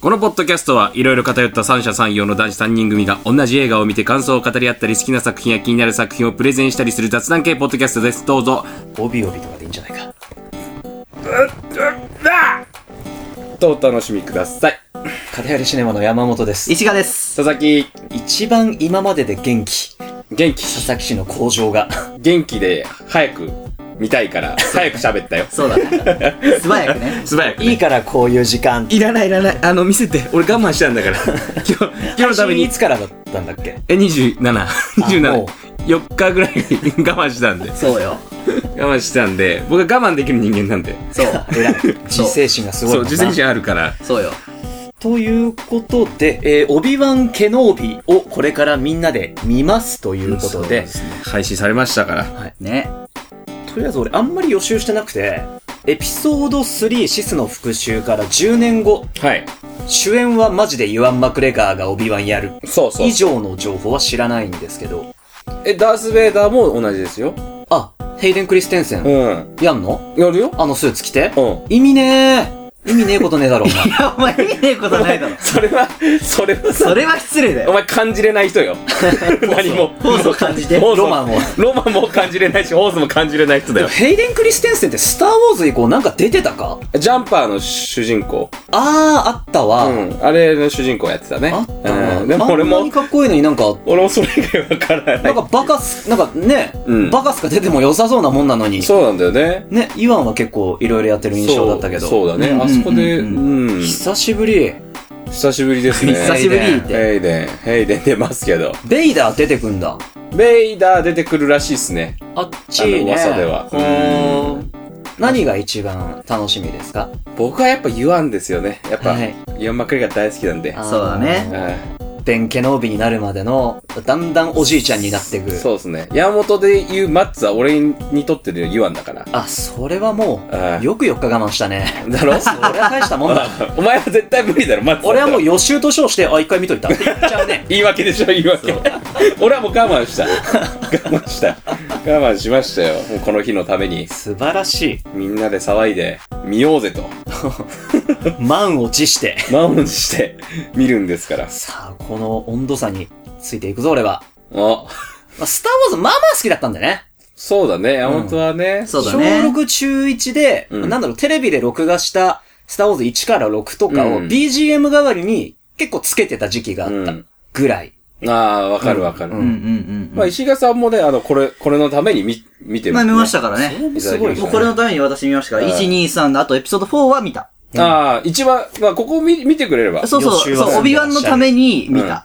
このポッドキャストはいろいろ偏った三者三様の男子3人組が同じ映画を見て感想を語り合ったり好きな作品や気になる作品をプレゼンしたりする雑談系ポッドキャストです。どうぞ。 オビオビとかでいいんじゃないか。 とお楽しみください。 片寄シネマの山本です。 石川です。 佐々木。 一番今までで元気佐々木氏の向上が元気で早く見たいから早く喋ったよ。 そうだね。素早くね。 素早く、ね。 いいからこういう時間。 いらない。見せて。俺我慢したんだから。今日のために。 いつからだったんだっけ 27。4日ぐらい我慢したんで。 そうよ。 我慢したんで、僕は我慢できる人間なんで。 そう。 偉い。自制心がすごい。 そう、自制心あるから。 そうよ。 ということで、オビワン・ケノービをこれからみんなで見ますということで、 配信されましたから。 はい。 ね。 とりあえず俺あんまり予習してなくて、エピソード3シスの復讐から10年後、 はい。 主演はマジでユアン・マクレガーがオビワンやる。 そう。 以上の情報は知らないんですけど。 ダース・ベイダーも同じですよ。 あ、ヘイデン・クリステンセン。やんの？ やるよ。 あのスーツ着て？ 意味ねえことねえだろ、お前。 いや、お前意味ねえことないだろ。 それは失礼だよ。 お前感じれない人よ。何も。 ホースを感じて。 ロマンも感じれないし、ホースも感じれない人だよ。 ヘイデン・クリステンセンってスター・ウォーズ以降なんか出てたか？ ジャンパーの主人公。 あったわ。 あれの主人公やってたね。 あったわ。 でも俺も。 あんなにかっこいいのになんか。 俺もそれ以外わからない。 なんかバカスが出ても良さそうなもんなのに。 そうなんだよね。 ね、イワンは結構いろいろやってる印象だったけど。 そうだね。あそこで、 久しぶりですね。 久しぶりって。 ヘイデン出ますけど。 ベイダー出てくんだ。 ベイダー出てくるらしいっすね。 あっちね。 噂では。 何が一番楽しみですか？ 僕はやっぱユアンですよね。やっぱ、ユアン・マクレガー大好きなんで。 そうだね。 ベン・ケノービになるまでの、だんだんおじいちゃんになっていく。 そうですね。山本で言うマッツは俺にとってのユアンだから。 あ、それはもう、よく4日我慢したね。 だろ？ それは大したもんだ。 お前は絶対無理だろ、マッツ。 俺はもう予習と称して、一回見といた。言っちゃうね。 言い訳でしょ、言い訳。俺はもう我慢した。我慢しましたよ。もうこの日のために。 素晴らしい。 みんなで騒いで、見ようぜと。 満を持して。 見るんですから。 さあ、この温度差についていくぞ、俺は。スター・ウォーズ、まあまあ好きだったんだよね。 そうだね、山本はね。 そうだね。 小6中1で、テレビで録画した、スター・ウォーズ1から6とかを BGM 代わりに結構つけてた時期があったぐらい。 わかる。まあ、石川さんもね、これのために見てる。 まあ見ましたからね。 すごい。 これのために私見ましたから、1、2、3、あとエピソード4は見た。 一番、まあ、ここ見てくれれば。 そう、オビワンのために見た。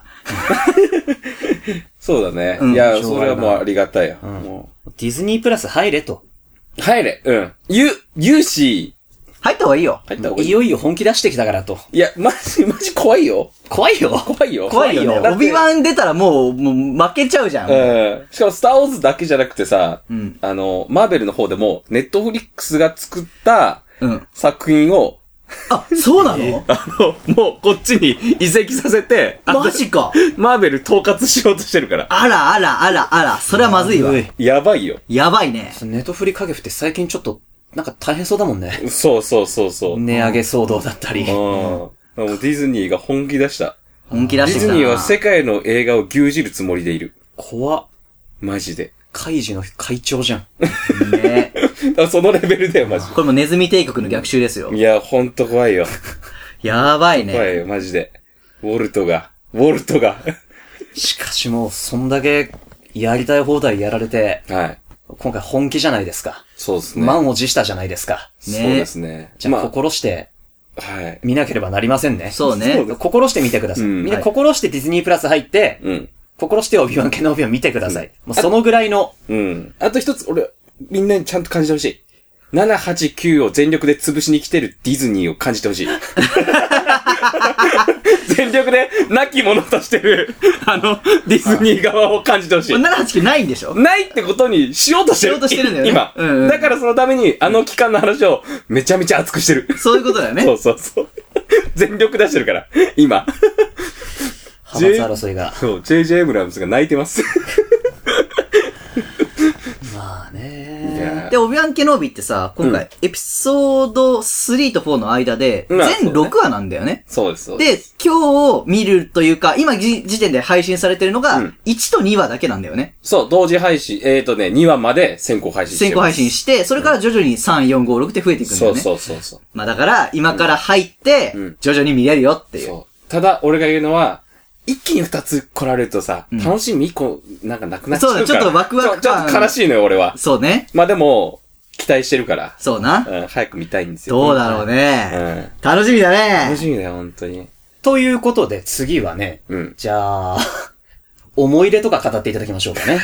そうだね。いや、それはもうありがたいよ。 ディズニープラス入れと。 入れ。言うし、 入った方がいいよ。 いよいよ本気出してきたからと。 いや、マジ怖いよ。 怖いよ。 オビワン出たらもう負けちゃうじゃん。 しかも、スターウォーズだけじゃなくてさ、マーベルの方でも、ネットフリックスが作った作品を、 あ、そうなの？ もうこっちに移籍させて、 マジか。 マーベル統括しようとしてるから。 あら、それはまずいわ。 やばいよ。 やばいね。 ネットフリ影って最近ちょっと、なんか大変そうだもんね。 そう。 値上げ騒動だったり。 もうディズニーが本気出した。 ディズニーは世界の映画を牛耳るつもりでいる。 怖っ。 マジで。 カイジの会長じゃん。 ね。 そのレベルだよ、マジで。 これもネズミ帝国の逆襲ですよ。 いや、ほんと怖いよ。 やばいね。 怖いよ、マジで。ウォルトが。 しかしもう、そんだけ、やりたい放題やられて、今回本気じゃないですか。 そうですね。 満を持したじゃないですか。 そうですね。 じゃあ、心して、見なければなりませんね。 そうね。 心して見てください。みんな心してディズニープラス入って、心してオビワン・ケノービを見てください。もうそのぐらいの。 あと一つ、俺、みんなにちゃんと感じてほしい。7、8、9を全力で潰しに来てるディズニーを感じてほしい。全力で亡き者としてる、ディズニー側を感じてほしい。 7、8、9ないんでしょ？ ないってことにしようとしてる。 んだよね。 今。だからそのために、期間の話をめちゃめちゃ熱くしてる。 そういうことだよね。 そう。全力出してるから、今。 派閥争いが。 そう、JJ エイブラムスが泣いてます。 まあね。 でで、オビワン・ケノービってさ、今回、エピソード3と4の間で、全6話なんだよね。 そうです。 で、今日見るというか、今時点で配信されてるのが、1と2話だけなんだよね。 そう、同時配信、2話まで先行配信して先行配信して、それから徐々に3、4、5、6って増えていくんだよね。 そう。 まあだから、今から入って、徐々に見れるよっていう。そう。 ただ、俺が言うのは、一気に2つ来られるとさ、楽しみ1個、なんかなくなっちゃうから。 そうだ、ちょっとワクワク感。 ちょっと悲しいのよ、俺は。 そうね。 まあでも、期待してるから。 そうな。 早く見たいんですよ。 どうだろうね。楽しみだね。 楽しみだよ、本当に。 ということで、次はね、じゃあ、思い出とか語っていただきましょうかね。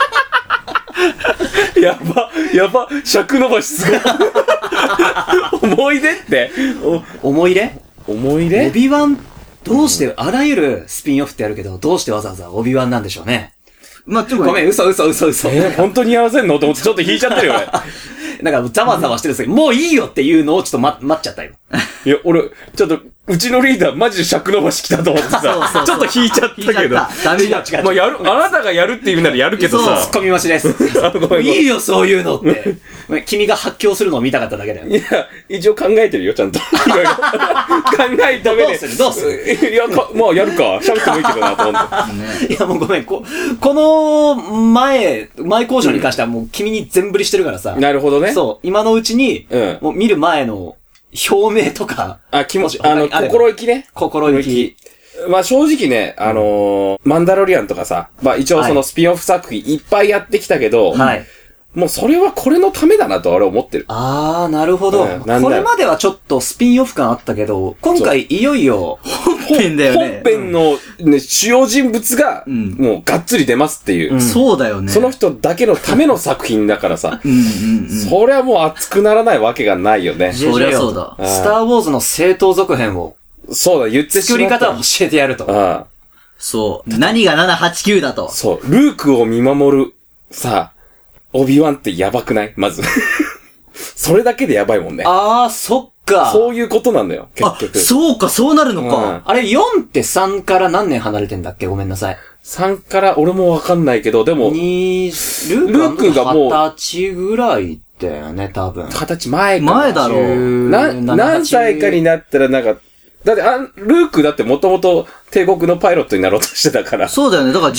やば、尺伸ばしすごい。思い出って思い出オビワン、どうして、あらゆるスピンオフってやるけど、どうしてわざわざオビワンなんでしょうね。 まあ、ちょっとごめん、嘘。 本当にやらせんのと思ってちょっと引いちゃってるよ、俺。 なんか、ざわざわしてるんですけど、もういいよっていうのをちょっと待っちゃったよ。 いや、俺、ちょっと、うちのリーダーマジで尺伸ばし来たと思ってさ、 そうちょっと引いちゃったけど。 ダメだ。 まあ、あなたがやるって言うならやるけどさ。 ツッコミ増しです。 ごめん。 いいよ、そういうのって。君が発狂するのを見たかっただけだよ。 いや、一応考えてるよ、ちゃんと。考えた上で。 どうするいや、まあ、やるか。喋ってもいいけどな、と思って。 いや、もうごめん。この前交渉に関してはもう君に全振りしてるからさ。 なるほどね。 そう。今のうちに、もう見る前の表明とか。 心意気ね。 心意気。 まあ正直ね、マンダロリアンとかさ、まあ一応そのスピンオフ作品いっぱいやってきたけど、はい。もうそれはこれのためだなと俺は思ってる。 あー、なるほど。これまではちょっとスピンオフ感あったけど、今回いよいよ本編だよね。 本編のね、主要人物が、もうがっつり出ますっていう。 そうだよね。 その人だけのための作品だからさ。そりゃもう熱くならないわけがないよね。 そりゃそうだ。 スターウォーズの正当続編を。 そうだ、言ってしまった。 作り方を教えてやると。 そう。何が7、8、9だと。 そう。ルークを見守る、さ、オビワンってやばくないまず。それだけでやばいもんね。 あー、そっか。 そういうことなんだよ、結局。 そうか、そうなるのか。 あれ、4って3から何年離れてんだっけ？ごめんなさい。 3から俺もわかんないけど、でも、ルークがもう、 20歳ぐらいだよね、多分。 20歳前か。 前だろう。 何歳かになったらなんか、だって、ルークだってもともと帝国のパイロットになろうとしてたから。 そうだよね。だから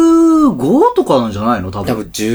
15とかなんじゃないの多分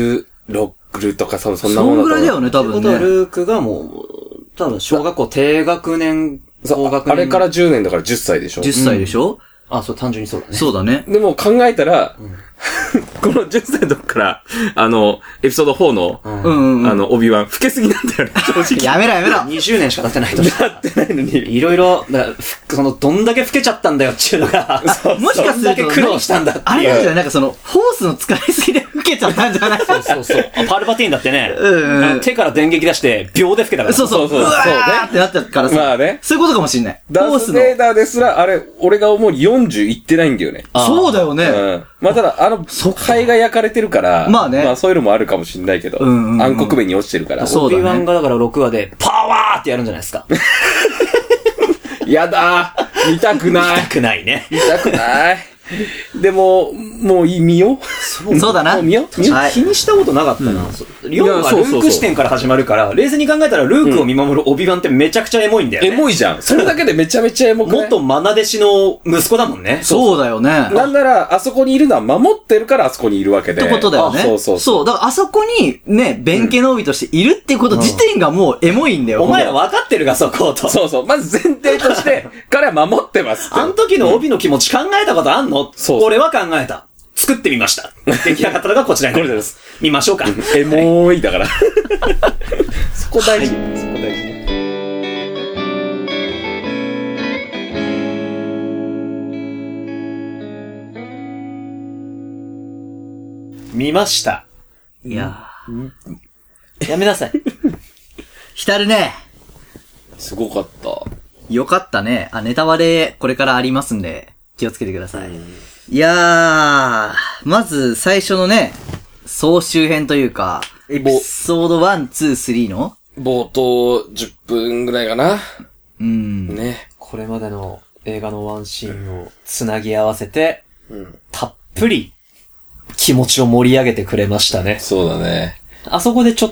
16とかそんなものだと。 そんぐらいだよね、多分ね。 ルークがもう、多分小学校低学年、高学年。 あれから10年だから10歳でしょ ?10 歳でしょ、 そう、単純にそうだね。 そうだね。 でも考えたら、この10歳のとこから、エピソード4の、オビワン、老けすぎなんだよね、正直。 やめろ。 20年しか経ってないと。 経ってないのに。 いろいろ、どんだけ老けちゃったんだよっていうのが、 もしかすると、 苦労したんだっていう。 あれなんじゃないなんかホースの使いすぎで老けちゃったんじゃないそう。パルパティーンだってね、手から電撃出して、秒で老けたから。 そう。うわーってなったからさ。 まあね。 そういうことかもしんない。 ダースベイダーですら、あれ、俺が思うに40いってないんだよね。 そうだよね。 まあただ、肺が焼かれてるから、 まあね。 まあそういうのもあるかもしんないけど、暗黒面に落ちてるから。 オビワンがだから6話で、パワーってやるんじゃないですか。 やだー見たくない。 見たくないね。 見たくない。でも、もう見よう。 そうだな。 見よう。気にしたことなかったな。4はルーク視点から始まるから、冷静に考えたらルークを見守るオビワンってめちゃくちゃエモいんだよね。 エモいじゃん。それだけでめちゃめちゃエモくない？ 元愛弟子の息子だもんね。 そうだよね。 なんなら、あそこにいるのは守ってるからあそこにいるわけで。 ってことだよね。そう。だからあそこにね、弁慶の帯としているっていうこと自体がもうエモいんだよ。 お前ら分かってるが、そこと。 そう。まず前提として、彼は守ってます。 あの時の帯の気持ち考えたことあんの？俺は考えた。作ってみました。出来上がったのがこちらになります。見ましょうか。 エモいだから。そこ大事。そこ大事ね。 見ました。 いややめなさい。 浸るね。 すごかった。 よかったね。ネタバレこれからありますんで、気をつけてください。いやー、まず最初のね、総集編というか、エピソード1、2、3の冒頭10分ぐらいかな。 ね。これまでの映画のワンシーンをつなぎ合わせて、たっぷり気持ちを盛り上げてくれましたね。 そうだね。 あそこでちょっ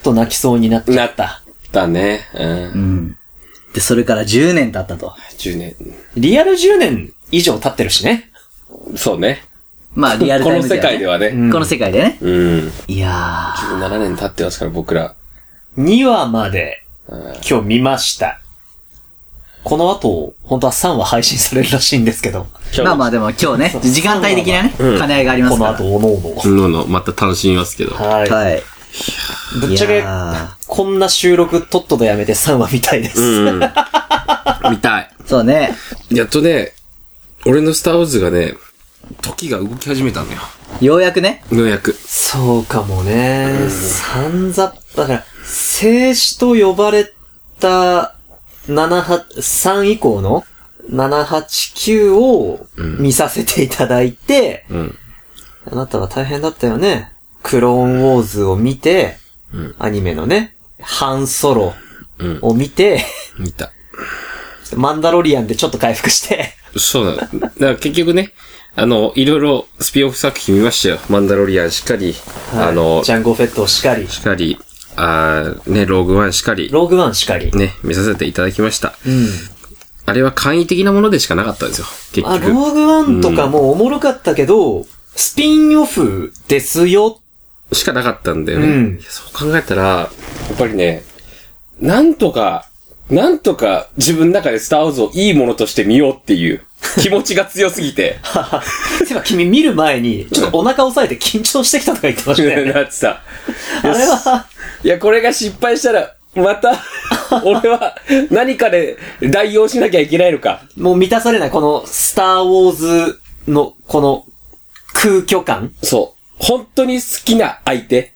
と泣きそうになっちゃった。 だね。 で、それから10年経ったと。 10年。 リアル10年以上経ってるしね。 そうね。 まあ、リアルタイムで、 この世界ではね。 この世界でね。いやー。17年経ってますから、僕ら。 2話まで、今日見ました。この後、本当は3話配信されるらしいんですけど。 まあまあでも今日ね、時間帯的なね、兼ね合いがありますから。 この後、おのおの。また楽しみますけど。 はい。ぶっちゃけ、こんな収録とっととやめて3話見たいです。 見たい。 そうね。 やっとね、俺のスターウォーズがね、時が動き始めたんだよ。 ようやくね。 ようやく。 そうかもね。だから、聖子と呼ばれた3以降の7、8、9を見させていただいて、あなたは大変だったよね。クローンウォーズを見て、アニメのね、ハンソロを見て、 見た。 マンダロリアンでちょっと回復して。 そうだ。だから結局ね、いろいろスピンオフ作品見ましたよ。マンダロリアンしっかり、 ジャンゴフェットしかり。 しかり、ね、ローグワンしかり。 ローグワンしかり。 ね、見させていただきました。あれは簡易的なものでしかなかったんですよ。結局。 ローグワンとかもおもろかったけど、スピンオフですよ。 しかなかったんだよね。そう考えたら、やっぱりね、なんとか自分の中でスターウォーズをいいものとして見ようっていう気持ちが強すぎて。 そういえば君見る前に、ちょっとお腹押さえて緊張してきたとか言ってましたよね。 だってさ。 あれは。 いや、これが失敗したら、また、俺は何かで代用しなきゃいけないのか。 もう満たされない、このスターウォーズの、この空虚感。 そう。本当に好きな相手。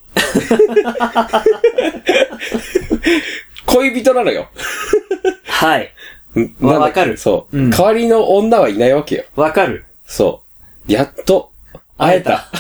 恋人なのよ。 はい。わかる。 そう、代わりの女はいないわけよ。 わかる。 そう。やっと、会えた。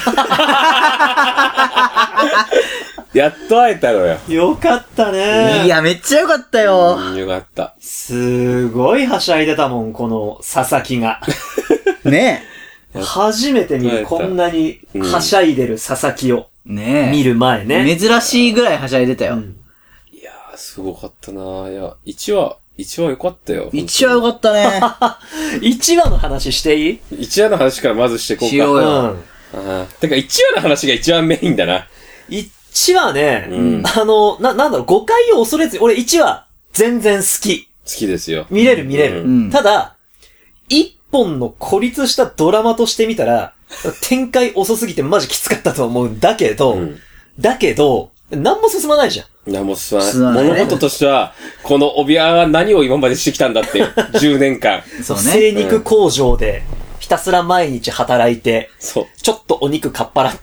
やっと会えたのよ。 よかったね。 いや、めっちゃよかったよ。 よかった。 すごいはしゃいでたもん、この佐々木が。 ねえ。初めて見る、こんなにはしゃいでる佐々木を。 ねえ。 見る前ね。 珍しいぐらいはしゃいでたよ。 いやー、すごかったなー。いや、1話良かったよ。 1話良かったね。 1話の話していい？ 1 話の話からまずしていこうか。 しようよ。 てか1話の話が一番メインだな。 1話ね、なんだろう、誤解を恐れず、俺1話全然好き。 好きですよ。 見れる。ただ、一本の孤立したドラマとして見たら、展開遅すぎてマジきつかったと思うんだけど、何も進まないじゃん。 何も進まない。物事としては、このオビアンは何を今までしてきたんだって、10年間。 そうね。精肉工場で、ひたすら毎日働いて、ちょっとお肉かっぱらって、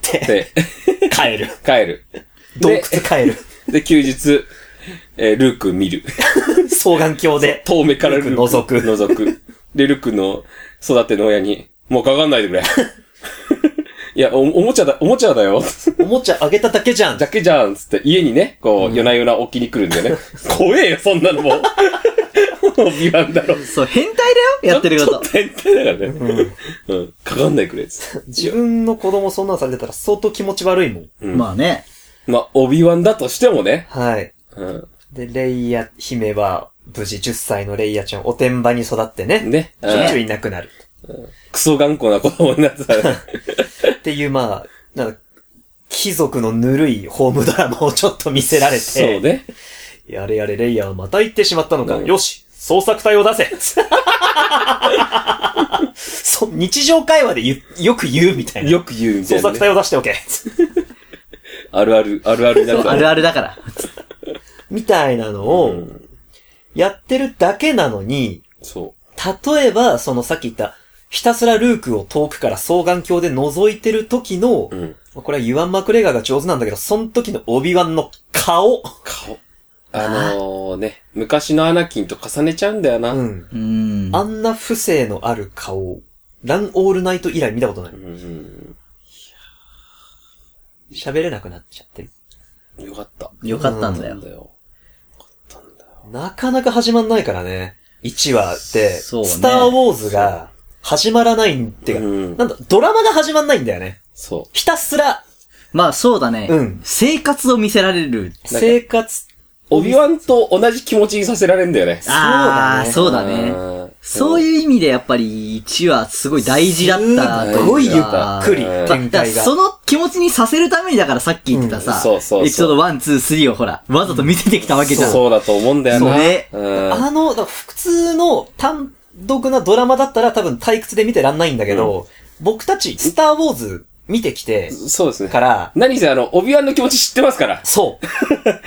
帰る。洞窟帰る。 で、休日、ルーク見る。 双眼鏡で。 遠目からルーク覗く。 で、ルークの育ての親に、もうかかんないでくれ。いや、おもちゃだよ。 おもちゃあげただけじゃん。 つって家にね、こう、夜な夜な置きに来るんだよね。怖えよ、そんなのも。ビワンだろ。 そう、変態だよ、やってること。 変態だからね。かかんないくれ、つって。 自分の子供そんなんされてたら相当気持ち悪いもん。 まあね。 まあ、オビワンだとしてもね。 はい。で、レイヤ姫は、無事10歳のレイヤちゃん、おてんばに育ってね。しょっちゅういなくなる。 クソ頑固な子供になってた。 っていう、まあ、貴族のぬるいホームドラマをちょっと見せられて。 そうね。 やれレイヤーはまた行ってしまったのか。よし捜索隊を出せ日常会話でよく言うみたいな。 よく言うみたいな、 捜索隊を出しておけ。 あるあるだから。 あるあるだから。 みたいなのを、やってるだけなのに、例えば、さっき言った、ひたすらルークを遠くから双眼鏡で覗いてる時の、これはユアン・マクレガーが上手なんだけど、その時のオビワンの顔。 ね、昔のアナキンと重ねちゃうんだよな。 あんな不正のある顔、ランオールナイト以来見たことない。喋れなくなっちゃってる。 よかった。 よかったんだよ。 なかなか始まんないからね。1話で、スターウォーズが始まらないっていうか、ドラマが始まんないんだよね。ひたすら、 まあそうだね。 うん。 生活を見せられる。 生活。 オビワンと同じ気持ちにさせられるんだよね。 そうだね。そういう意味でやっぱり1話すごい大事だったというか。 すごいゆっくり展開が。 その気持ちにさせるためにだからさっき言ってたさ、エピソード1、2、3をほら、わざと見せてきたわけじゃん。 そうだと思うんだよな。 そうね。 普通の単独なドラマだったら多分退屈で見てらんないんだけど、僕たちスターウォーズ見てきて、 そうですね。 から、 何せオビワンの気持ち知ってますから。 そう。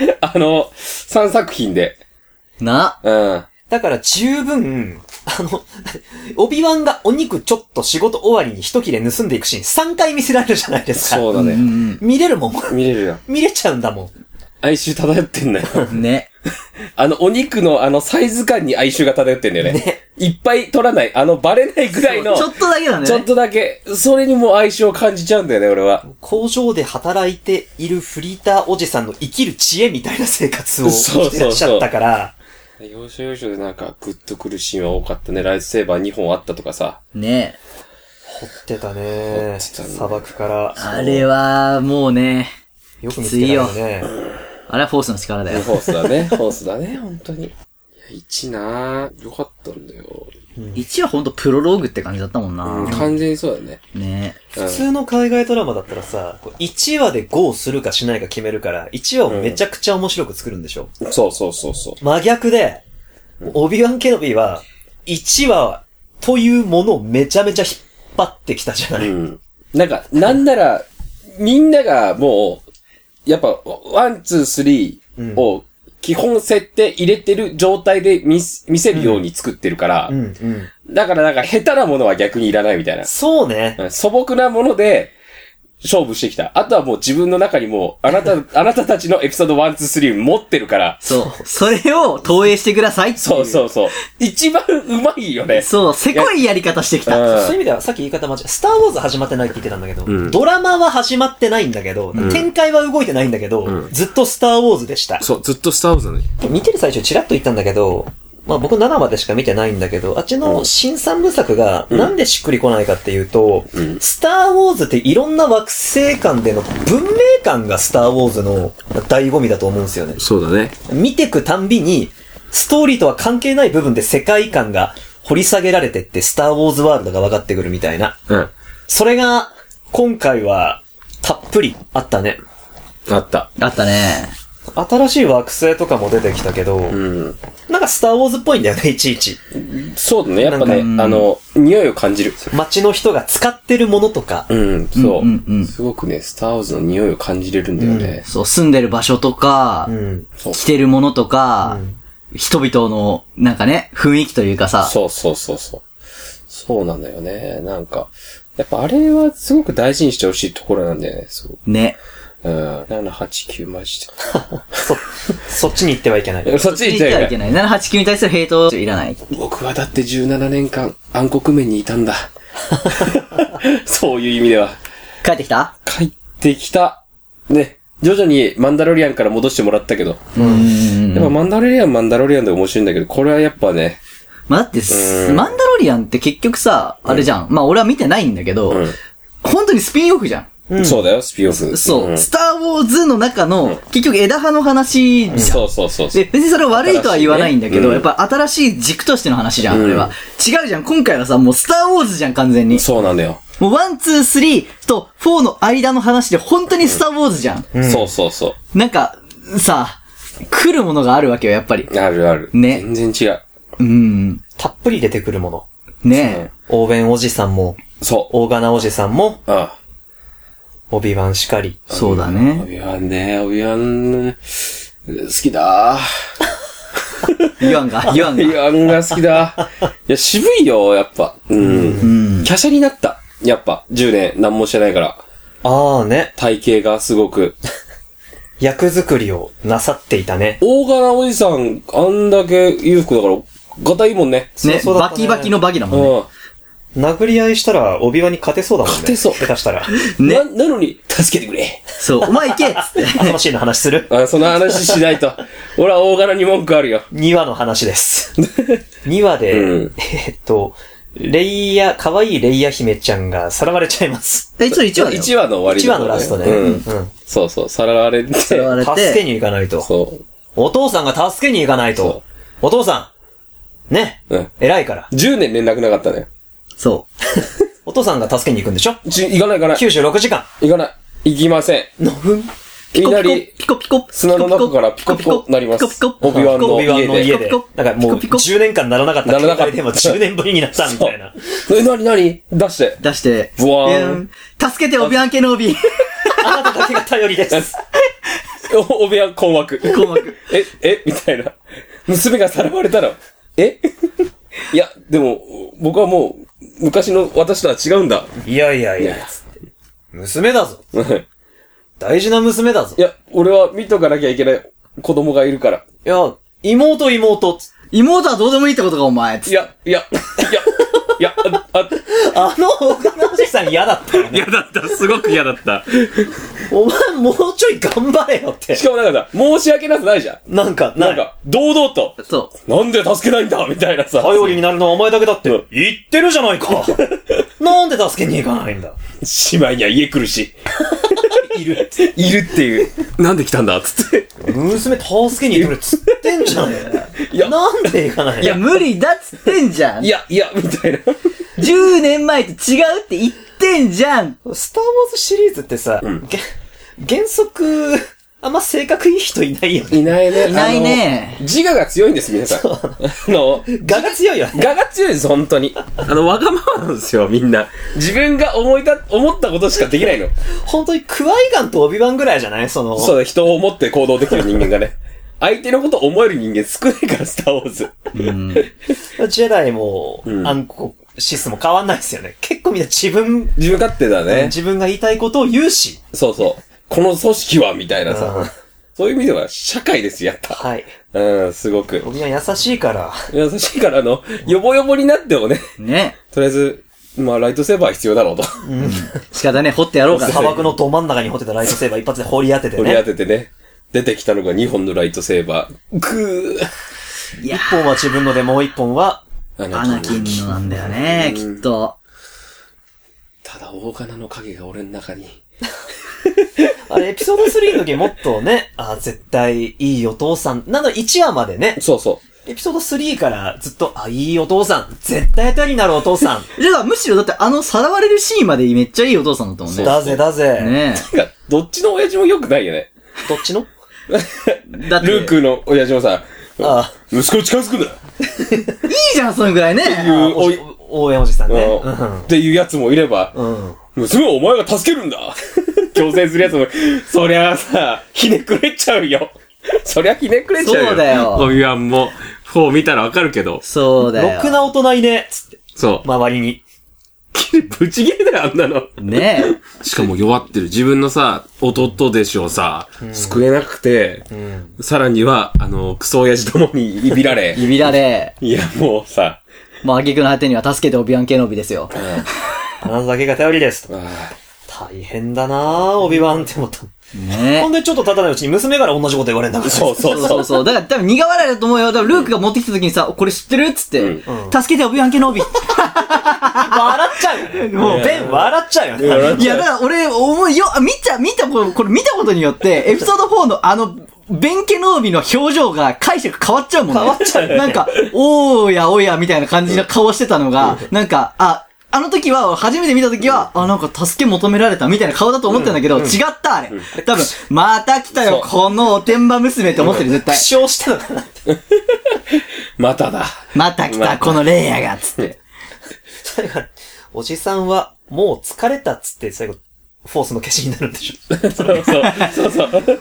3作品で。 な。 うん。 だから十分、オビワンがお肉ちょっと仕事終わりに一切れ盗んでいくシーン3回見せられるじゃないですか。 そうだね。 見れるもん。 見れるよ。 見れちゃうんだもん。 哀愁漂ってんだよ。 ね。 お肉のサイズ感に哀愁が漂ってんだよね。ね。いっぱい取らない、バレないぐらいの。 ちょっとだけだね。 ちょっとだけ。それにも哀愁を感じちゃうんだよね、俺は。 工場で働いているフリーターおじさんの生きる知恵みたいな生活をしてらっしゃったから。 要所要所でなんかグッとくるシーンは多かったね。ライトセーバー2本あったとかさ。 ね。 掘ってたね。砂漠から。 あれは、もうね。 よく見つけたよね。 あれはフォースの力だよ。 フォースだね。フォースだね、本当に。いや、1なぁ。よかったんだよ。 1はほんとプロローグって感じだったもんな、 完全にそうだね。 ね。 普通の海外ドラマだったらさ、1話で GO するかしないか決めるから、1話をめちゃくちゃ面白く作るんでしょ、 そうそうそうそう。 真逆で、オビワン・ケノビーは、1話というものをめちゃめちゃ引っ張ってきたじゃない、 なんなら、みんながもう、やっぱ、1、2、3を基本設定入れてる状態で見せるように作ってるから、だからなんか下手なものは逆にいらないみたいな。 そうね。 素朴なもので勝負してきた。あとはもう自分の中にもあなたたちのエピソード1、2、3持ってるから。 そう。それを投影してくださいっていう。 そうそうそう。一番うまいよね。 そう。せこいやり方してきた。 そういう意味ではさっき言い方間違え、スターウォーズ始まってないって言ってたんだけど、ドラマは始まってないんだけど、展開は動いてないんだけど、ずっとスターウォーズでした。 そう、ずっとスターウォーズだね。 見てる最初チラッと言ったんだけど、まあ僕7までしか見てないんだけど、あっちの新3部作がなんでしっくりこないかっていうと、スターウォーズっていろんな惑星間での文明感がスターウォーズの醍醐味だと思うんですよね。 そうだね。 見てくたんびに、ストーリーとは関係ない部分で世界観が掘り下げられてってスターウォーズワールドが分かってくるみたいな。それが今回はたっぷりあったね。 あったね。 新しい惑星とかも出てきたけど、なんかスターウォーズっぽいんだよね、いちいち。 そうだね、やっぱね、匂いを感じる。 街の人が使ってるものとか。 そう。すごくね、スターウォーズの匂いを感じれるんだよね。 そう、住んでる場所とか、着てるものとか、人々の、なんかね、雰囲気というかさ。 そう。そうなんだよね、なんか。やっぱあれはすごく大事にしてほしいところなんだよね、そう。 ね。 7、8、9マジで。 そっちに行ってはいけない。 そっちに行ってはいけない。 7、8、9に対するヘイトいらない。 僕はだって17年間暗黒面にいたんだ。そういう意味では。 帰ってきた。 ね。徐々にマンダロリアンから戻してもらったけど。やっぱマンダロリアンで面白いんだけど、これはやっぱね。 まあ、だって、マンダロリアンって結局さ、あれじゃん。まあ俺は見てないんだけど、本当にスピンオフじゃん。 そうだよ、スピンオフ。 そう。スターウォーズの中の、結局枝葉の話じゃん。 そう。 で、別にそれは悪いとは言わないんだけど、やっぱ新しい軸としての話じゃん、あれは。違うじゃん、今回はさ、もうスターウォーズじゃん、完全に。 そうなんだよ。 もう1、2、3と4の間の話で本当にスターウォーズじゃん。 そう。 なんか、さ、来るものがあるわけよ、やっぱり。 ある。 ね。 全然違う。 たっぷり出てくるもの。 ねえ。 オーベンおじさんも、オーガナおじさんも、オビワンしかり。 そうだね。 オビワン、好きだユアンが好きだ。いや、渋いよ、やっぱ。華奢になった。やっぱ、10年何もしてないから。 ああね。 体型がすごく。 役作りをなさっていたね。 大柄おじさん、あんだけ裕福だから、ガタいいもんね。 ね、バキバキのバキだもんね。 殴り合いしたら、オビワンに勝てそうだもんね。 勝てそう。 下手したら。 なのに、助けてくれ。 そう、お前行けっつって。 そのシーンの話する？ その話しないと。俺は大柄に文句あるよ。 2話の話です。2話で、 可愛いレイヤ姫ちゃんがさらわれちゃいます。 1話だよ。 1話の終わり 1話のラストでね。 うん。そうそう、さらわれて。 さらわれて。 助けに行かないと。 そう。 お父さんが助けに行かないと。お父さんね。偉いから。 10年連絡なかったね。 そう。 お父さんが助けに行くんでしょ？ 行かない。 96時間。 行かない。行きません。いきなり、 ピコピコ、 砂の中からピコピコなります。オビワンの家で。 だからもう10年間ならなかった。でも10年ぶりになったみたいな。 何出して。 ブワーン。助けて、オビワン系のオビ。 あなただけが頼りです。 オビワン困惑。みたいな。娘がさらわれたら、いや、でも、僕はもう、昔の私とは違うんだ。 いや。娘だぞ。大事な娘だぞ。 いや、俺は見とかなきゃいけない子供がいるから。いや、妹。 妹はどうでもいいってことか、お前。 いや、 あの岡田おじさん嫌だったよね。 嫌だった。すごく嫌だった。 お前もうちょい頑張れよって。 しかもなんかさ、申し訳なくないじゃん。 なんか、 堂々と。 そう。 なんで助けないんだみたいなさ。 頼りになるのはお前だけだって。言ってるじゃないか。なんで助けに行かないんだ。 姉妹には家来るし。いるっていう。なんで来たんだつって。 娘助けに行くつってんじゃん。いや、なんで行かないの？ いや、無理だっつってんじゃん。 いや、みたいな。 10年前と違うって言ってんじゃん。 スターウォーズシリーズってさ、原則、あんま性格いい人いないよね。 いないね。 自我が強いんです、皆さん。 我が強いよね。 我が強いです、本当に。わがままなんですよ、みんな。自分が思ったことしかできないの。 本当にクワイガンとオビワンぐらいじゃないそう、人を思って行動できる人間がね。相手のこと思える人間少ないから、スターウォーズ。 ジェダイも、シスも変わんないですよね。結構みんな自分勝手だね。 自分が言いたいことを言うし。 そう。この組織は、みたいなさ。そういう意味では、社会です、やった。 はい。 すごく。 みんな優しいから。 ヨボヨボになってもね。 ね。 とりあえず、ライトセーバー必要だろうと。 仕方ね、掘ってやろうか。 砂漠のど真ん中に掘ってたライトセーバー一発で掘り当ててね。 掘り当ててね。出てきたのが2本のライトセーバー。 1本は自分ので、もう1本は、 アナキンのなんだよね、きっと。 ただ、大金の影が俺の中に。 あれ、エピソード3の時もっとね、絶対いいお父さん。1話までね。 そう。 エピソード3からずっと、いいお父さん。絶対頼りになるお父さん。 じゃあ、むしろだってさらわれるシーンまでめっちゃいいお父さんだったもんね。 だぜ。 ねえ。どっちの親父も良くないよね。 どっちのだって。ルークの親父もさ、息子を近づくんだ。いいじゃん、そのぐらいね。 応援おじさんね。 っていうやつもいれば、娘をお前が助けるんだ。強制するやつも、そりゃさ、ひねくれちゃうよ。そうだよ。オビワンも、4見たらわかるけど。 そうだよ。 ろくな大人いねつって。 そう。 周りに。 ぶち切れだよ、あんなの。 ねえ。しかも弱ってる。自分のさ、弟弟子をさ、救えなくて、さらには、クソ親父どもにいびられ。いや、もうさ。 もう挙句の果てには助けてオビワン・ケノビですよ。 あなただけが頼りですと。大変だなぁ、オビワンって思った。ねほんでちょっと経たないうちに娘から同じこと言われるんだから。 そう。だから多分苦笑いだと思うよ。多分ルークが持ってきた時にさ、これ知ってるっつって、助けてオビワン・ケノビ。 笑っちゃうよね。もう、ベン笑っちゃうよね。 いや、だから俺、見たことによって、エピソード4のベン・ケノービの表情が解釈変わっちゃうもんね。 変わっちゃうね。 なんか、おーやみたいな感じの顔してたのが、なんか、あの時は、初めて見た時は、なんか助け求められたみたいな顔だと思ったんだけど、違ったあれ。多分、また来たよ、このおてんば娘って思ってる、絶対。 苦笑してたかなって。 まただ。 また来た、このレイヤが、つって。 それが、おじさんは、もう疲れたっつって、最後、フォースの消しになるんでしょ。そう。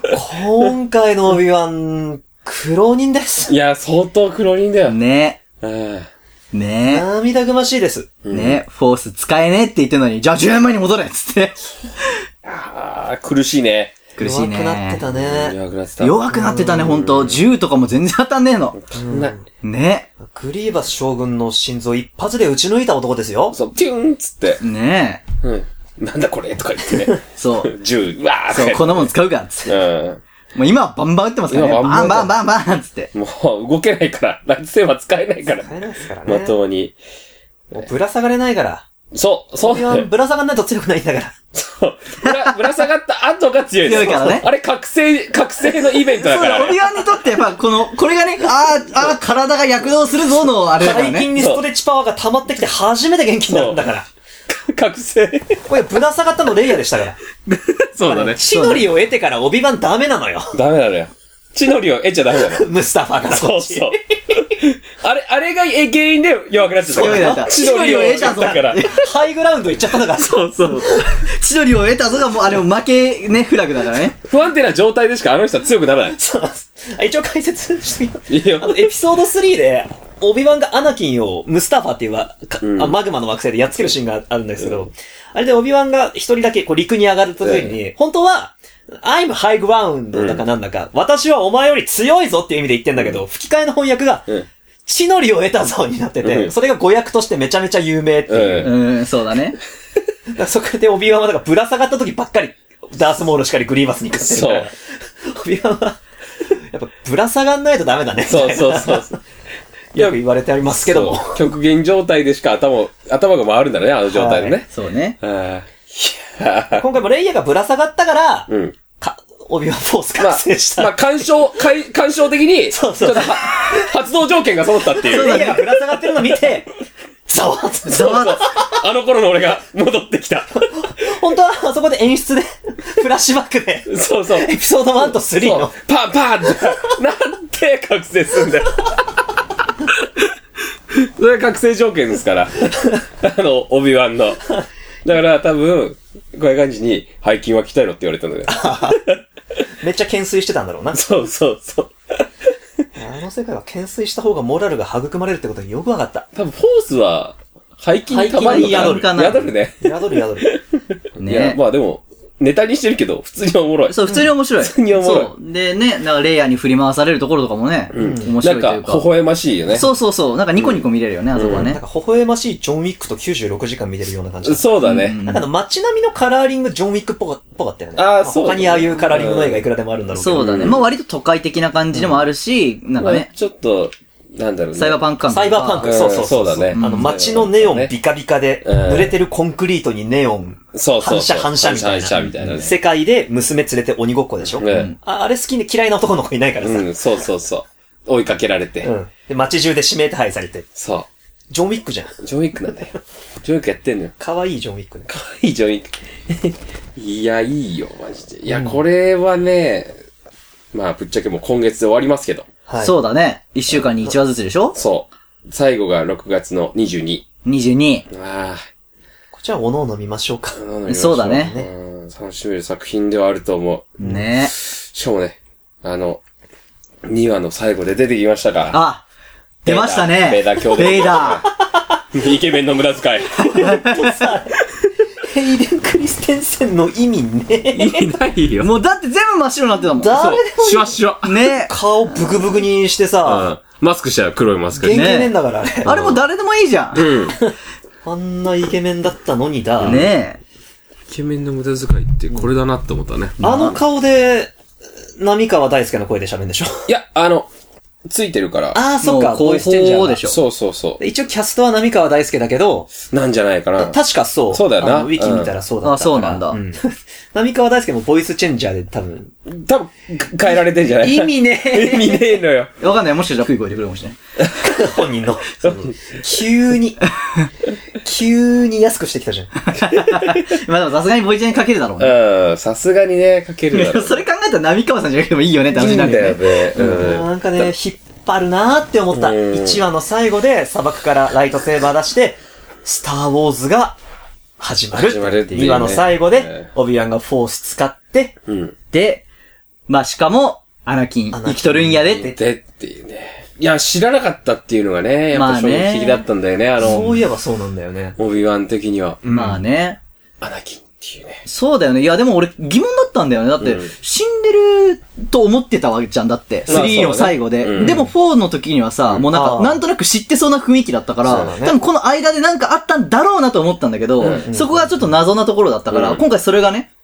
今回のオビワン、苦労人です。 いや、相当苦労人だよ。 ね。ね涙ぐましいです。 ねフォース使えねえって言ってんのに、じゃあ10年前に戻れっつって。 苦しいね。 弱くなってたね。 弱くなってたね、ほんと。銃とかも全然当たんねえの。ねグリーバス将軍の心臓一発で撃ち抜いた男ですよ。 そう、ピューンっつって。 ねなんだこれとか言ってね。 そう。 銃、わーって。 そう、こんなもん使うかっつって。もう今はバンバン撃ってますからね。バンっつって。 もう動けないから、ライトセーバー使えないから。 使えないですからね。 まともに。 もうぶら下がれないから。 そうオビワンぶら下がんないと強くないんだから。 そう。ぶら下がった後が強いです。 強いからね。 あれ、覚醒のイベントだから、ね。 そう、オビワンにとって、これがね、体が躍動するぞの、あれだからね。 背筋にストレッチパワーが溜まってきて初めて元気になるんだから。 覚醒。 これ、ぶら下がったのレイヤーでしたから。 そうだね。 血のりを得てからオビワンダメなのよ。 ダメなのよ。血のりを得ちゃダメなの。 ムスタファからこっち。そう。あれが原因で弱くなっちゃったから。 血のりを得たぞ。 だから。ハイグラウンド行っちゃったのが。 そう。 血のりを得たぞがもう、あれも負けね、フラグだからね。 不安定な状態でしかあの人は強くならない。 そう。一応解説してみよう。 いいよ。 エピソード3で、オビワンがアナキンをムスタファっていうマグマの惑星でやっつけるシーンがあるんですけど、あれでオビワンが一人だけ陸に上がるときに、本当は、I'm high ground だかなんだか、私はお前より強いぞっていう意味で言ってんだけど、吹き替えの翻訳が、血のりを得たぞになってて、それが語訳としてめちゃめちゃ有名っていう。 そうだね。 そこでオビワンはだからぶら下がった時ばっかり、ダースモールしかりグリーバスに行くってるから。オビワンは、やっぱぶら下がんないとダメだね。 そう。 よく言われてありますけども。 極限状態でしか頭が回るんだね、あの状態でね。 そうね。 今回もレイヤーがぶら下がったから、オビワンフォース覚醒した。 干渉的に、ちょっと発動条件が揃ったっていう。 レイヤーがぶら下がってるの見て、ザワッあの頃の俺が戻ってきた。 本当はあそこで演出で、フラッシュバックで、エピソード1と3の。 パンって、なんて覚醒すんだよ。それが覚醒条件ですから。オビワンの。だから多分、こういう感じに、背筋は鍛えろって言われたんだよ。 めっちゃ懸垂してたんだろうな。 そう。 あの世界は懸垂した方がモラルが育まれるってことがよくわかった。 多分、フォースは、背筋にたまに宿るね。 宿る。 いや、まあでも、ネタにしてるけど、普通におもろい。 そう、普通に面白い。 普通におもろい。 そう。でね、なんかレイヤーに振り回されるところとかもね、面白いというか。 なんか、微笑ましいよね。 そう。なんかニコニコ見れるよね、あそこはね。 なんか微笑ましいジョンウィックと96時間見れるような感じ。 そうだね。 なんか街並みのカラーリング、ジョンウィックっぽかったよね。 そう。 他にああいうカラーリングの映画いくらでもあるんだろうけど。 そうだね。まあ割と都会的な感じでもあるし、なんかね。 ちょっと、なんだろうね。 サイバーパンク感。 サイバーパンク、そうだね。 街のネオンビカビカで、濡れてるコンクリートにネオン、反射みたいな。世界で娘連れて鬼ごっこでしょ。あれ好きで嫌いな男の子いないからさ。 そう。追いかけられて。 で、街中で指名手配されて。 そう。 ジョンウィックじゃん。 ジョンウィックなんだよ。ジョンウィックやってんのよ。 可愛いジョンウィックね。 可愛いジョンウィック。いや、いいよ、マジで。いや、これはね、まあ、ぶっちゃけもう今月で終わりますけど。 そうだね。1週間に1話ずつでしょ？ そう。最後が6月の22。 22。 こちらおのおの見ましょうか。 そうだね。 楽しめる作品ではあると思う。 ね。 しかもね、2話の最後で出てきましたか。 あ、出ましたね。 ベイダー兄弟。 ベイダー。イケメンの無駄遣い。 ヘイデン・クリステンセンの意味ね。 意味ないよ。 もうだって全部真っ白になってたもん。 誰でもシワシワ。 ね。 顔ブクブクにしてさ。 マスクしたら黒いマスク。 元気ねえんだからあれ。 あれも誰でもいいじゃん。 あんなイケメンだったのにだ。 ねえ。 イケメンの無駄遣いってこれだなって思ったね。 あの顔で、浪川大輔の声で喋るんでしょ？ いや、ついてるから。 ああ、そうか、ボイスチェンジャーでしょ。 そう。 一応キャストは浪川大輔だけど、 なんじゃないかな。 確かそう。 そうだよな。 ウィキ見たらそうだった。 あ、そうなんだ。 浪川大輔もボイスチェンジャーで多分変えられてんじゃない？ 意味ねえ。 意味ねえのよ。 わかんない。もしかしたら低い声でくるかもしれない。 本人の。急に安くしてきたじゃん。 まあでもさすがにボイチェンかけるだろうね。 さすがにね、かけるだろう。 それ考えたら浪川さんじゃなくてもいいよねって話になるよね。 なんかね、引っ張るなーって思った。1話の最後で砂漠からライトセーバー出して、スターウォーズが始まる。2話の最後で、オビワンがフォース使って、 で、まあしかも、アナキン生きとるんやでっていうね。いや、知らなかったっていうのがね、やっぱ衝撃的だったんだよね、 そういえばそうなんだよね。 オビワン的には。 まあね。 アナキンっていうね。 そうだよね。いや、でも俺疑問だったんだよね。だって、死んでると思ってたわけじゃん。だって、3の最後で。でも4の時にはさ、もうなんとなく知ってそうな雰囲気だったから、多分この間でなんかあったんだろうなと思ったんだけど、そこがちょっと謎なところだったから、今回それがね、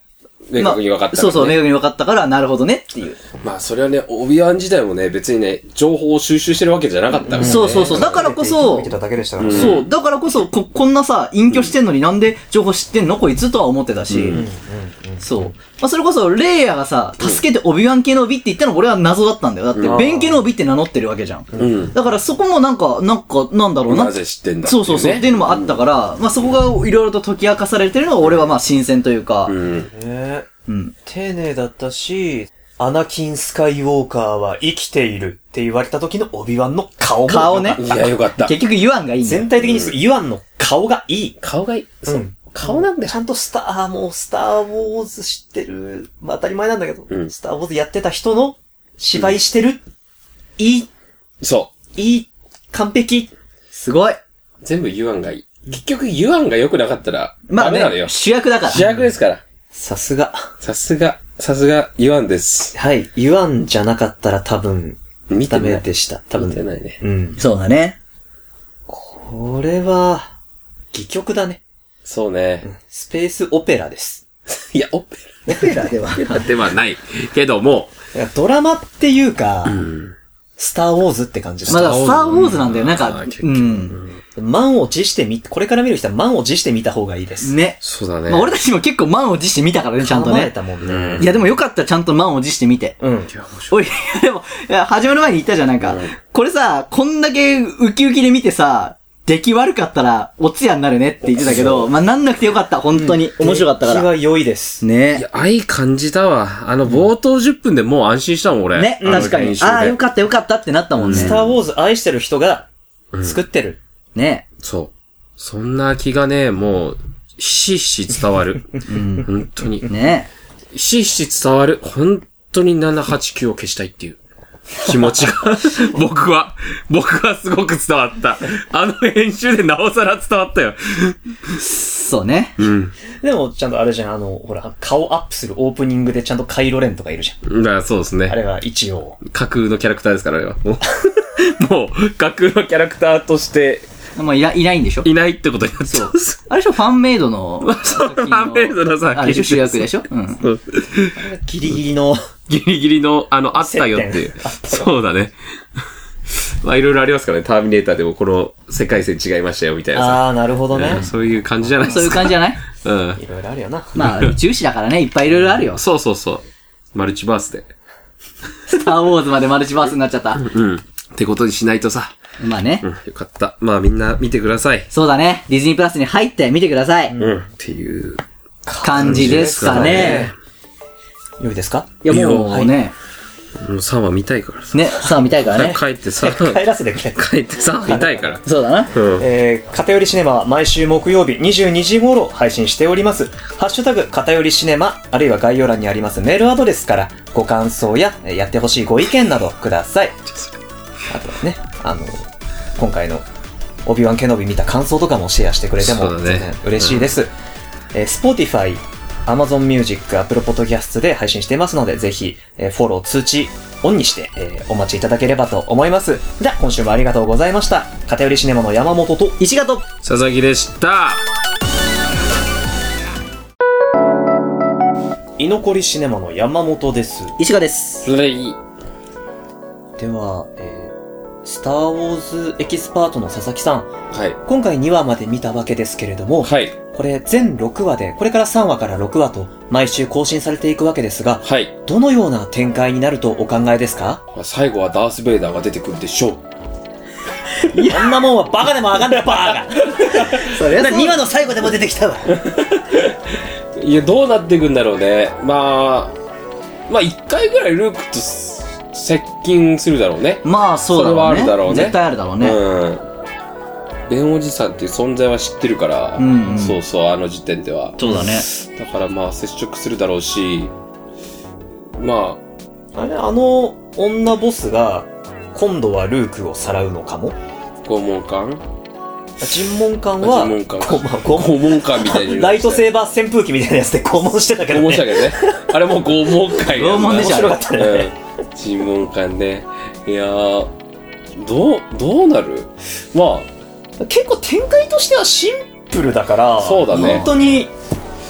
明確に分かったからね。 そうそう、明確に分かったから、なるほどねっていう。 まあ、それはね、オビワン時代もね、別にね、情報を収集してるわけじゃなかったからね。 そうそうそう。だからこそ、 見てただけでしたからね。 そう。だからこそ、こんなさ、隠居してんのになんで情報知ってんのこいつとは思ってたし。そう。まあ、それこそ、レイヤがさ、助けてオビワン系のオビって言ったの俺は謎だったんだよ。だって、ベン系のオビって名乗ってるわけじゃん。だからそこもなんだろうな。 なぜ知ってんだそうそうそう。っていうのもあったから、まあ、そこがいろいろと解き明かされてるのが俺はまあ新鮮というか。 丁寧だったし、アナキン・スカイウォーカーは生きているって言われた時のオビワンの顔も。 顔ね。 いや、よかった。 結局ユアンがいいんだよ。 全体的にユアンの顔がいい。 顔がいい。そう。顔なんだよ。 ちゃんとスターウォーズ知ってる。まあ当たり前なんだけど、スターウォーズやってた人の芝居してる。いい。 そう。 いい。完璧。 すごい。 全部ユアンがいい。結局ユアンが良くなかったら、 まあね、 ダメなのよ。 主役だから。 主役ですから。 さすがユアンです。 はい。ユアンじゃなかったら多分、ダメでした。多分。 見てないね。 そうだね。 これは、戯曲だね。 そうね。 スペースオペラです。 いや、オペラではないけども。 ドラマっていうか、スターウォーズって感じだ。 まだスターウォーズなんだよ。なんか、 満を持してこれから見る人は満を持して見た方がいいです。 ね。 そうだね。 まあ俺たちも結構満を持して見たからね、ちゃんとね。 たもんね。 いやでもよかった、ちゃんと満を持して見て。おい、でも、始まる前に言ったじゃん、なんか、これさ、こんだけウキウキで見てさ、出来悪かったら、おつやになるねって言ってたけど、まあ、なんなくてよかった、本当に。面白かったから。 出来は良いです。 ね。 いや、愛感じたわ。冒頭10分でもう安心したもん、俺。 ね、確かに。ああ、よかったってなったもんね。 スターウォーズ愛してる人が、作ってる。 ね。 そう。そんな気がね、もう、ひしひし伝わる。本当に。 ね。 ひしひし伝わる。本当に789を消したいっていう。気持ちが僕はすごく伝わった。あの編集でなおさら伝わったよ。 そうね。 でも、ちゃんとあれじゃん、ほら、顔アップするオープニングでちゃんとカイロレンとかいるじゃん。 だからそうですね。 あれは一応。 架空のキャラクターですから、あれは。もう、架空のキャラクターとして、 まあ、いないんでしょ？ いないってことになってます。 あれでしょファンメイドの。 ファンメイドのさ、 あれでしょ主役でしょギリギリの。 ギリギリの、あったよっていう。そうだね。まあ、いろいろありますからね。ターミネーターでもこの世界線違いましたよ、みたいなさ。 ああ、なるほどね。 そういう感じじゃないですか。 そういう感じじゃない？ いろいろあるよな。 まあ、宇宙史だからね、いっぱいいろいろあるよ。 そうそうそう。マルチバースで。 スターウォーズまでマルチバースになっちゃった。 ってことにしないとさ。 まあね。 よかった。まあみんな見てください。 そうだね。ディズニープラスに入って見てください。 っていう感じですかね。 良いですか？ いやもうね。 もう3話見たいからさ。 ね、3話見たいからね。 帰ってさ。 帰らせてくれ。 帰ってさ、見たいから。 そうだな。 偏りシネマは毎週木曜日22時頃配信しております。ハッシュタグ偏りシネマ、あるいは概要欄にありますメールアドレスからご感想ややってほしいご意見などください。あとはね、今回のオビワンケノビ見た感想とかもシェアしてくれても全然嬉しいです。Spotify、Amazon Music、Apple Podcast で配信していますので、ぜひ、フォロー、通知、オンにして、お待ちいただければと思います。では、今週もありがとうございました。偏りシネマの山本と石形と佐々木でした。 居残りシネマの山本です。 石形です。 レイ。 では、スターウォーズエキスパートの佐々木さん。 はい。 今回2話まで見たわけですけれども、 はい。 これ全6話で、これから3話から6話と毎週更新されていくわけですが、 はい。 どのような展開になるとお考えですか？ 最後はダース・ベイダーが出てくるでしょう。 そんなもんはバカでもわかんないバカそれは2話の最後でも出てきたわいや、どうなっていくんだろうね。まあ1回ぐらいルークと接近するだろうね。 まあそうだろうね。 それはあるだろうね。 絶対あるだろうね。 ベンおじさんっていう存在は知ってるから、そうそう、あの時点では。 そうだね。 だからまあ接触するだろうし、まあ、あれ、女ボスが、今度はルークをさらうのかも？ 拷問官？ 尋問官は、 拷問官みたいに。 ライトセーバー扇風機みたいなやつで拷問してたけどね。 拷問したけどね。あれも拷問会拷問でしょ。 面白かったね。 尋問官ね。いやー、どうなる？まあ、 結構展開としてはシンプルだから、 そうだね。 本当に、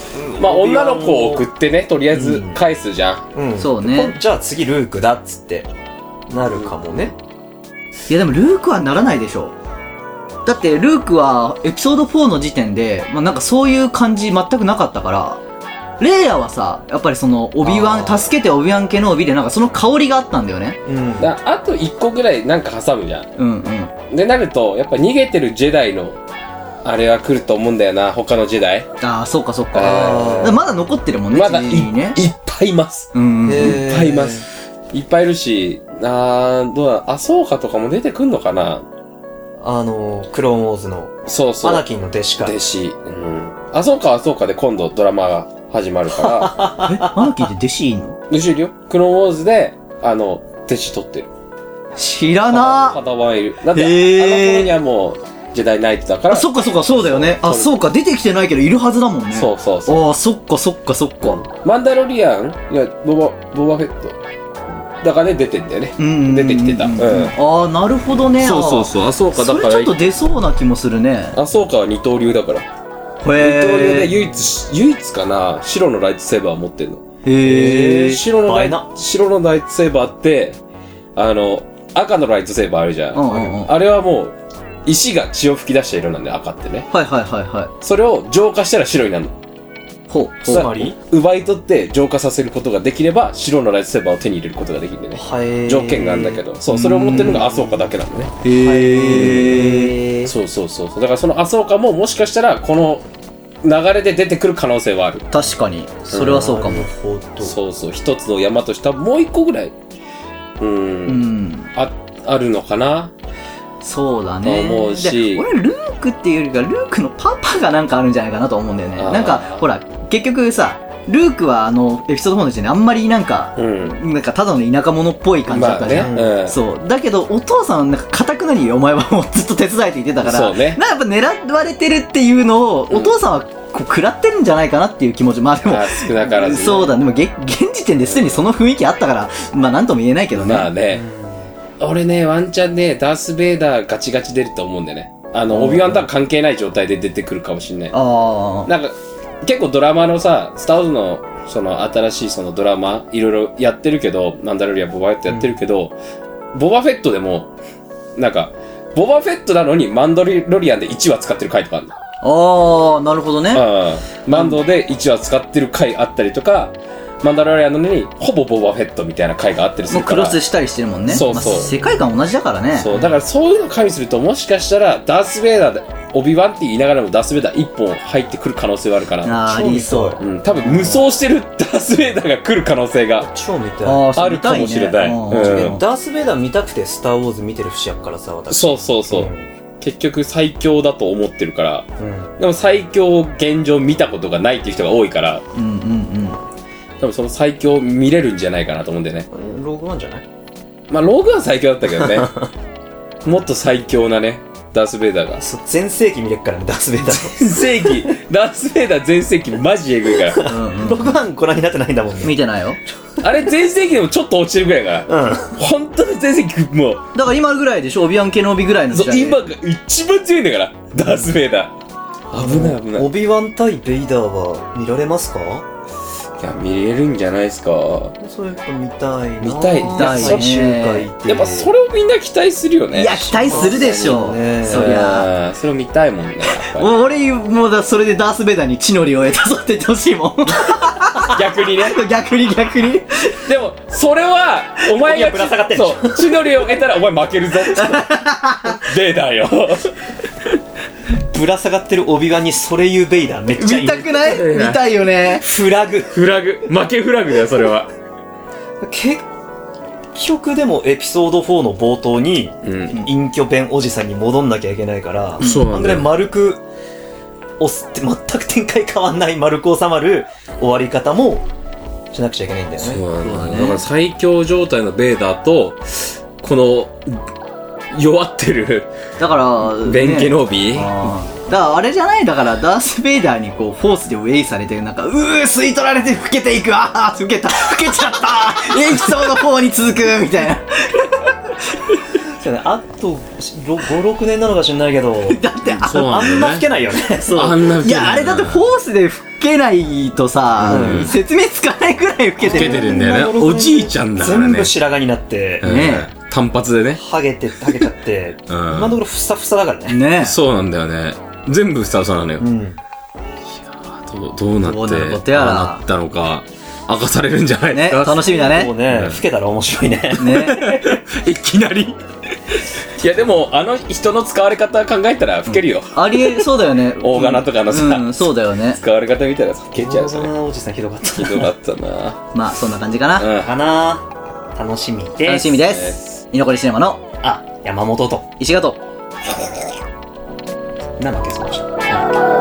まあ女の子を送ってね、とりあえず返すじゃん。 うん。 そうねじゃあ次ルークだっつって、なるかもね。 いやでもルークはならないでしょ。だってルークはエピソード4の時点で、まあなんかそういう感じ全くなかったから、レイヤはさ、やっぱりその、オビワン、助けてオビワン系のオビでなんかその香りがあったんだよね。 うん。 あと1個ぐらいなんか挟むじゃん。 うんうん。 でなると、やっぱ逃げてるジェダイの、あれは来ると思うんだよな、他のジェダイ。 ああ、そうかそうか。だあーからまだ残ってるもんね、 まだ地にね。 いっぱいいます。 うんうん。 いっぱいいます。いっぱいいるし、どうだ、アソーカとかも出てくんのかな。 クローンウォーズの、 そうそう。 アナキンの弟子か。 弟子。うん。アソーカはアソーカで今度ドラマが始まるかえ、アナキンって弟子いいの？ ら。弟子いるよ。クローンウォーズで、弟子取ってる。 知らなパダワンいる。だって、 へーあの頃にはもう、ジェダイナイトだから。 あ、そっかそっか、そうだよね。あ、そうか、出てきてないけどいるはずだもんね。 そうそうそう。 ああ、そっかそっかそっか。 マンダロリアンいや、ボバフェット。だからね、出てんだよね。出てきてた。うん。 ああ、なるほどね。 そうそうそう。アソーカだから。 それちょっと出そうな気もするね。 アソーカは二刀流だから。二刀流で唯一かな、白のライトセーバーを持ってんの。 へえ。 白のライトセーバーって、赤のライトセーバーあるじゃん。あれはもう、石が血を吹き出した色なんで、赤ってね。 はいはいはいはい。 それを浄化したら白になるの。 ほう。 つまり奪い取って浄化させることができれば、白のライトセーバーを手に入れることができるんでね。条件があるんだけど。そう、それを持ってるのがアソーカだけなんだね。 へえ。 そうそうそう。だからそのアソーカももしかしたら、この流れで出てくる可能性はある。 確かに。それはそうかも。 そうそう。一つの山としてはもう一個ぐらい、あるのかな。 そうだね。 思うし。 俺ルークっていうよりか、ルークのパパがなんかあるんじゃないかなと思うんだよね。なんか、ほら、結局さ、ルークはエピソード4の時点であんまりなんか、なんかただの田舎者っぽい感じだったじゃん。そう。だけど、お父さんはなんか堅くなにお前はもうずっと手伝えって言ってたから、 そうね。 なんかやっぱ狙われてるっていうのを、お父さんはこう食らってるんじゃないかなっていう気持ち。まあでも、 少なからず。 そうだ、でも現時点ですでにその雰囲気あったから、まあなんとも言えないけどね。 まあね。俺ね、ワンチャンね、ダース・ベイダーガチガチ出ると思うんだよね。オビワンとは関係ない状態で出てくるかもしんない。なんか、結構ドラマのさ、スター・ウォーズの、その新しいそのドラマ、いろいろやってるけど、マンダロリアン、ボバフェットやってるけど、ボバフェットでも、なんか、ボバフェットなのにマンダロリアンで1話使ってる回とかあるの。 なるほどね。 マンドで1話使ってる回あったりとか、マンダロリアンなのに、ほぼボバフェットみたいな回があったりするから。 もうクロスしたりしてるもんね。 そうそう。 まあ、世界観同じだからね。 そう。だからそういうの加味すると、もしかしたら、ダース・ベイダーで、オビワンって言いながらもダース・ベイダー1本入ってくる可能性はあるから。 ありそう。 多分無双してるダース・ベイダーが来る可能性が。 超見たい。 あるかもしれない。 ダース・ベイダー見たくてスター・ウォーズ見てる節やからさ、私。 そうそうそう。結局最強だと思ってるから。でも最強を現状見たことがないっていう人が多いから。多分その最強見れるんじゃないかなと思うんだよね。 ローグワンじゃない？ まあローグワン最強だったけどね。もっと最強なね、ダース・ベイダーが。 全盛期見れっからね、ダース・ベイダー。 全盛期、ダース・ベイダー全盛期マジエグいから。 ローグワンご覧になってないんだもんね。 見てないよ。 あれ全盛期でもちょっと落ちてるぐらいから。本当に全盛期もう。 だから今ぐらいでしょ、オビワン系のオビぐらいの時代。 今が一番強いんだから、ダース・ベイダー。危ない危ない。 オビワン対ベイダーは見られますか？ いや、見れるんじゃないですか。 それやっぱ見たいな。 見たいね。 やっぱそれをみんな期待するよね。 いや、期待するでしょ。そりゃ。 それを見たいもんね。 俺、もうそれでダース・ベイダーに血のりを得たぞって言ってほしいもん。 逆にね。 逆に。 でも、それは、お前がぶら下がってんでしょ。 そう、血のりを得たらお前負けるぞ。ベイダーよ。 ぶら下がってるオビワンにそれ言うベイダーめっちゃいい。 見たくない？見たいよね。 フラグ。 負けフラグだよ、それは。 結局でもエピソード4の冒頭に、隠居弁おじさんに戻んなきゃいけないから、 そうなんだよ。 丸く、全く展開変わんない丸く収まる終わり方もしなくちゃいけないんだよね。 そうなんだ。だから最強状態のベイダーと、この、弱ってる。 だから、 ベンケノビー、 だからあれじゃない？だからダース・ベイダーにこうフォースでウェイされてなんか吸い取られて老けていく、老けちゃったエピソード4に続くみたいな。 あと5、6年なのか知んないけど。 だっってあんま吹けないよね。 そう。 あんな吹けないいや、あれだってフォースで吹けないとさ、説明つかないぐらい吹けてる。 吹けてるんだよね。おじいちゃんだからね。 全部白髪になって、 ね単発でね。 ハゲちゃって、今のところふさふさだからね。 ねそうなんだよね。全部ふさふさなのよ。 うん。 どうなって、 どうなることやらああなったのか、明かされるんじゃないでねすか。 楽しみだもうね。 ね、吹けたら面白いね。 ねいきなり。いやでも、あの人の使われ方考えたら吹けるよ。 ありえ、そうだよね。 大金とかのさうん、そうだよね。 使われ方見たら吹けちゃう、それ。 おじさんひどかった。 ひどかったな。 まあ、そんな感じかな。 うん。 かな楽しみです。 楽しみです。居残りシネマのあ、山本と。 石形。 なんだっけ、その人。